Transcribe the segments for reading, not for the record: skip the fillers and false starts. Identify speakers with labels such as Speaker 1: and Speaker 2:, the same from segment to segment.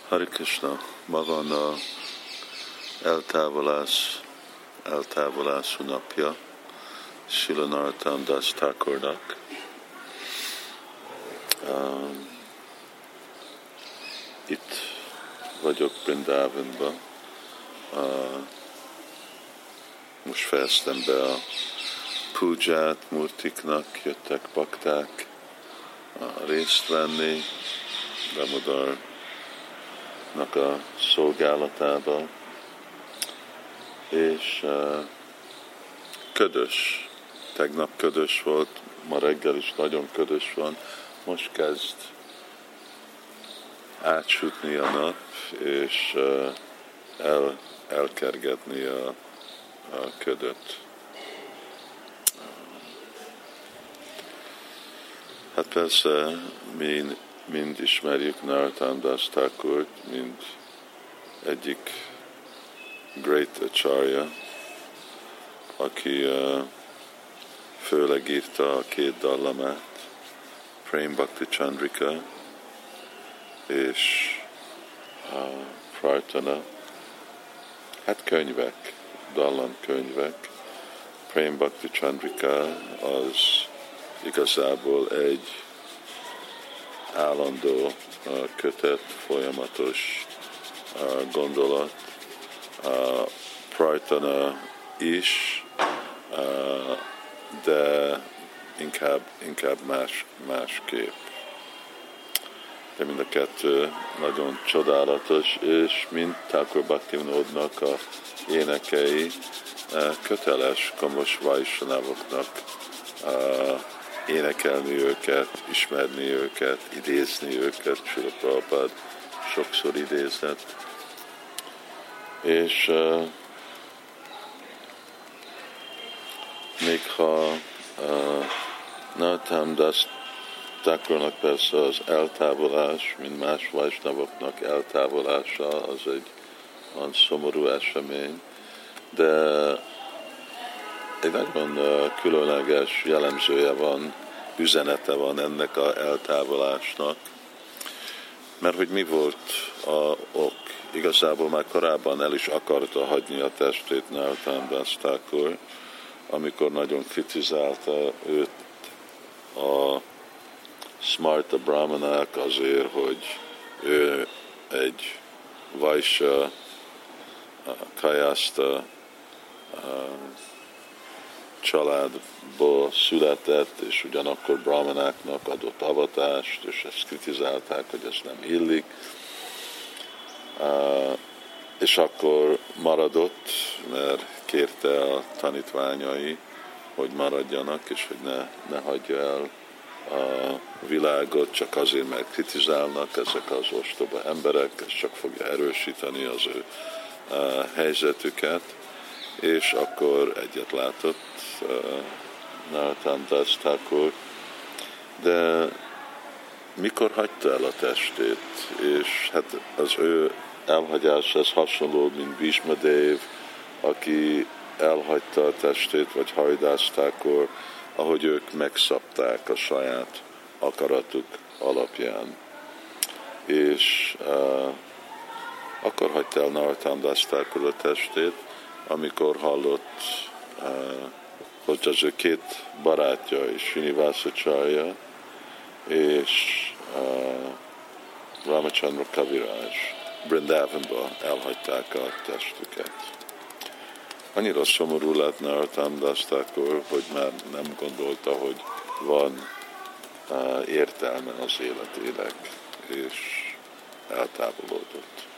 Speaker 1: Hare Krishna, ma van a eltávolás napja Srila Narottam Das Thakurnak. Itt vagyok Brindavanban. Most fejeztem be a púdzsát, murtiknak jöttek bakták részt venni, Damodarnak a szolgálatába, és ködös, tegnap ködös volt, ma reggel is nagyon ködös van, most kezd átsütni a nap, és elkergetni a ködöt. Hát persze, mi mind ismerjük Narottam Das Thakurt, mint egyik great acharya, aki főleg írta a két dallamát, Prem Bhakti Chandrika és Prarthana, hát könyvek, dallamkönyvek. Prem Bhakti Chandrika az igazából egy állandó kötet, folyamatos gondolat. Prarthana is, de inkább másképp. De mind a kettő nagyon csodálatos, és mint Thakur Bhaktivinodnak a énekei köteles komos Vaishnavoknak énekelni őket, ismerni őket, idézni őket, Srila Prabhupád sokszor idézett. És még ha Narottam Das Thakurnak persze az eltávolás, mint más Vaishnavoknak eltávolása, az egy olyan szomorú esemény, de egy nagyon különleges jellemzője van, üzenete van ennek az eltávolásnak, mert hogy mi volt a ok? Igazából már korábban el is akarta hagyni a testét Narottam Das Thakur, amikor nagyon kritizálta őt a Smarta Brahmanák azért, hogy ő egy Vaisya, Kayasta családból született, és ugyanakkor brahmanáknak adott avatást, és ezt kritizálták, hogy ez nem illik. És akkor maradott, mert kérte a tanítványai, hogy maradjanak, és hogy ne hagyja el a világot, csak azért, mert kritizálnak ezek az ostoba emberek, ez csak fogja erősíteni az ő helyzetüket, és akkor egyet látott Narottam Das Thakur, de mikor hagyta el a testét, és hát az ő elhagyás, ez hasonló, mint Bhishma Dev, aki elhagyta a testét, vagy Haridas Thakur, ahogy ők megszabták a saját akaratuk alapján. És akkor hagyta el Narottam Das Thakur a testét, amikor hallott, hogy az ő két barátja is, Srinivasacharya és Ramachandra Kaviraj Brindavanba elhagyták a testüket. Annyira szomorú lett Narottam Das Thakur, hogy már nem gondolta, hogy van értelme az életének, és eltávolodott.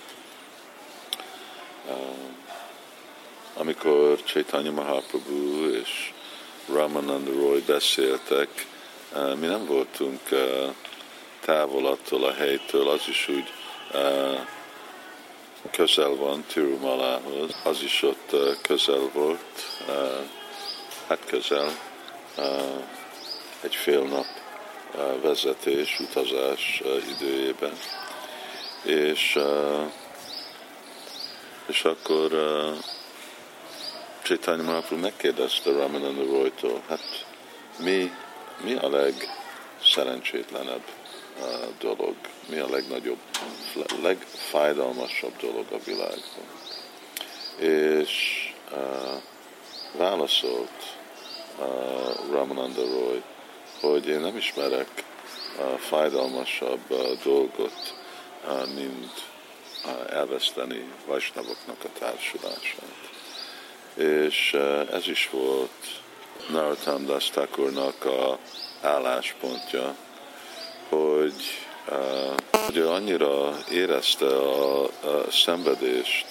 Speaker 1: Amikor Chaitanya Mahaprabhu és Ramananda Roy beszéltek, mi nem voltunk távol attól a helytől, az is úgy közel van Tirumalához, az is ott közel volt, hát közel, egy fél nap vezetés, utazás időjében. És akkor Chaitanya Mahaprabhu megkérdezte Ramananda Roytól, hát mi a legszerencsétlenebb dolog, mi a legnagyobb, legfájdalmasabb dolog a világban. És válaszolt Ramananda Roy, hogy én nem ismerek fájdalmasabb dolgot, mint elveszteni Vajsnavoknak a társulását. És ez is volt Narottam Das Thakurnak a álláspontja, hogy ő annyira érezte a szenvedést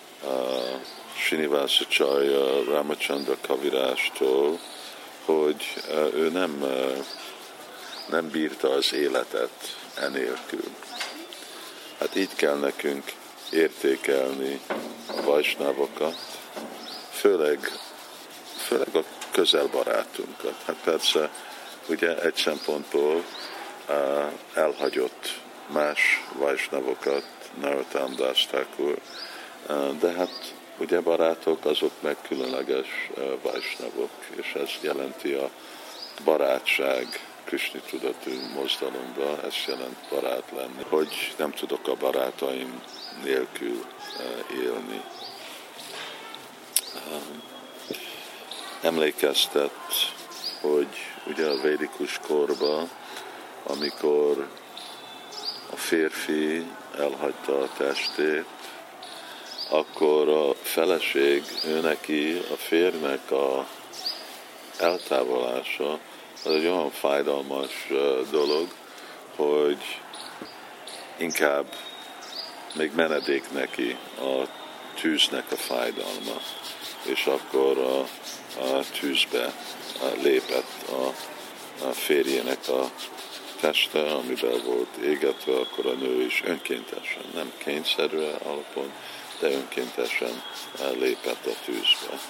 Speaker 1: Srinivasacharya Ramachandra Kavirástól, hogy ő nem bírta az életet enélkül. Hát így kell nekünk értékelni a vajsnávokat, főleg a közelbarátunkat. Hát persze, ugye egy szempontból elhagyott más vajsnavokat, Narottam Das Thakur, de hát ugye barátok azok meg különleges vajsnavok, és ez jelenti a barátság Krishna tudatú mozdalomba, ez jelent barát lenni, hogy nem tudok a barátaim nélkül élni. Emlékeztet, hogy ugye a védikus korban, amikor a férfi elhagyta a testét, akkor a feleség, neki, a férnek a eltávolása, az egy olyan fájdalmas dolog, hogy inkább még menedék neki a tűznek a fájdalma, és akkor a tűzbe lépett a férjének a teste, amiben volt égetve, akkor a nő is önkéntesen, nem kényszerűen alapon, de önkéntesen lépett a tűzbe.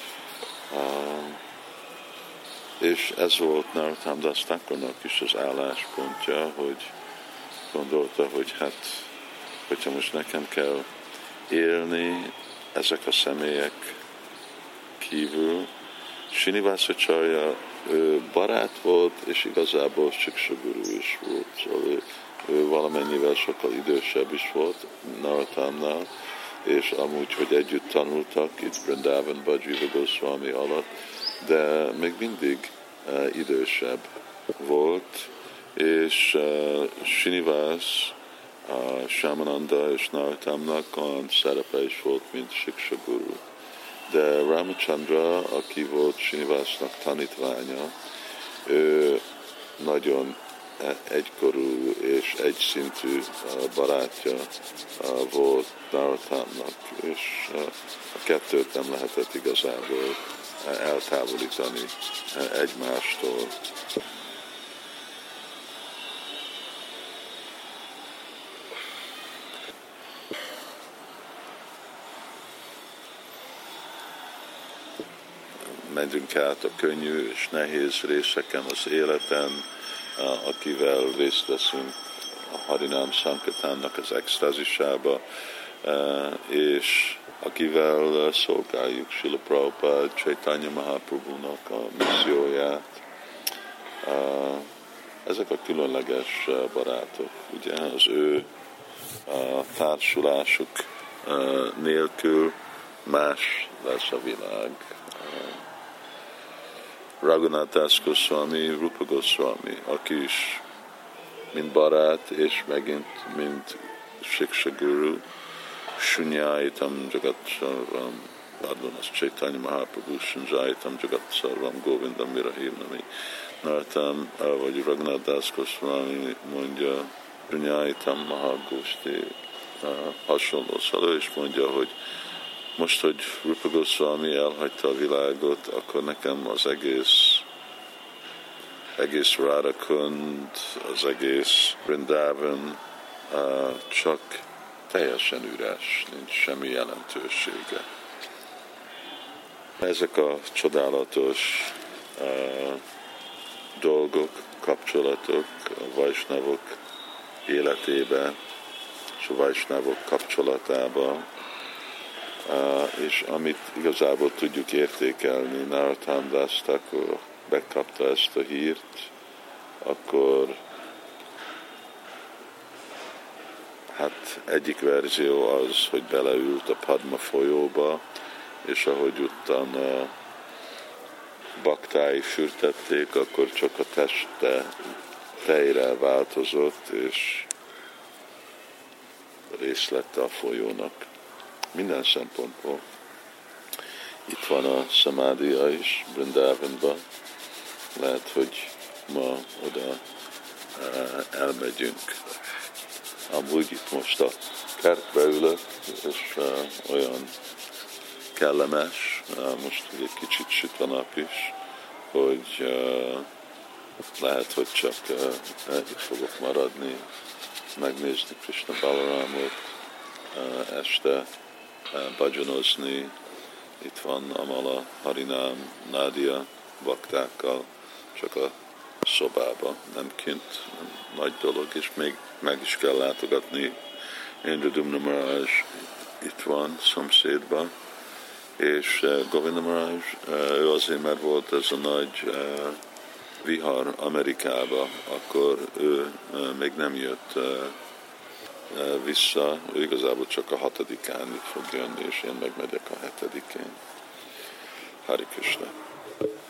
Speaker 1: És ez volt Narottam Das Thakurnak is az álláspontja, hogy gondolta, hogy hát, hogyha most nekem kell élni ezek a személyek kívül, Srinivasacharya barát volt, és igazából Siksaguru is volt, szóval ő valamennyivel sokkal idősebb is volt Narottamnál, és amúgy, hogy együtt tanultak itt Vrindavanban, Jiva Goswami alatt, de még mindig idősebb volt, és Srinivas, Shyamananda és Narottamnak olyan szerepe is volt, mint Siksaguru. De Ramachandra, aki volt Srinivasnak tanítványa, ő nagyon egykorú és egyszintű barátja volt Narottamnak, és a kettőt nem lehetett igazából eltávolítani egymástól. Megyünk át a könnyű és nehéz részeken az életen, akivel részt veszünk a Harinám Sankirtánnak az extázisába, és akivel szolgáljuk Srila Prabhupada, Chaitanya Mahaprabhunak a misszióját. Ezek a különleges barátok, ugye az ő társulásuk nélkül más lesz a világ. Raghunath Das Goswami, Rupa Goswami, aki is mint barát, és megint mint Siksaguru, Sunyaitam Jagat Sarvam, az Chaitanya Mahaprabhu, Sunyaitam Jagat Sarvam, Govindam Virahirnami. Narottam, vagy Raghunath Das Goswami mondja, Sunyaitam Mahagosti hasonló, szóval ő is mondja, hogy most, hogy Rupa Goswami elhagyta a világot, akkor nekem az egész Radhakund, az egész Vrindavan csak teljesen üres, nincs semmi jelentősége. Ezek a csodálatos dolgok, kapcsolatok a vajsnavok életébe, és a vajsnavok kapcsolatába, és amit igazából tudjuk értékelni, Narottam Das Thakur bekapta ezt a hírt, akkor Hát egyik verzió az, hogy beleült a Padma folyóba, és ahogy uttan a baktái fürtették, akkor csak a teste tejre változott, és részt lett a folyónak. Minden szempontból. Itt van a szamádia is, Brindavanban. Lehet, hogy ma oda elmegyünk. Amúgy itt most a kertbe ülök, és olyan kellemes, most egy kicsit süt a nap is, hogy lehet, hogy csak itt fogok maradni, megnézni Krishna Balaramot, este bhajanozni. Itt van Amala, Harinám, Nádia baktákkal, csak a szobába, nem kint, nagy dolog, és még meg is kell látogatni. Indradumna Maharaj itt van, szomszédban, és Govinda Maharaj, ő azért, mert volt ez a nagy vihar Amerikába, akkor ő még nem jött vissza, ő igazából csak a 6-án fog jönni, és én megmegyek a 7-én. Hari Krishna.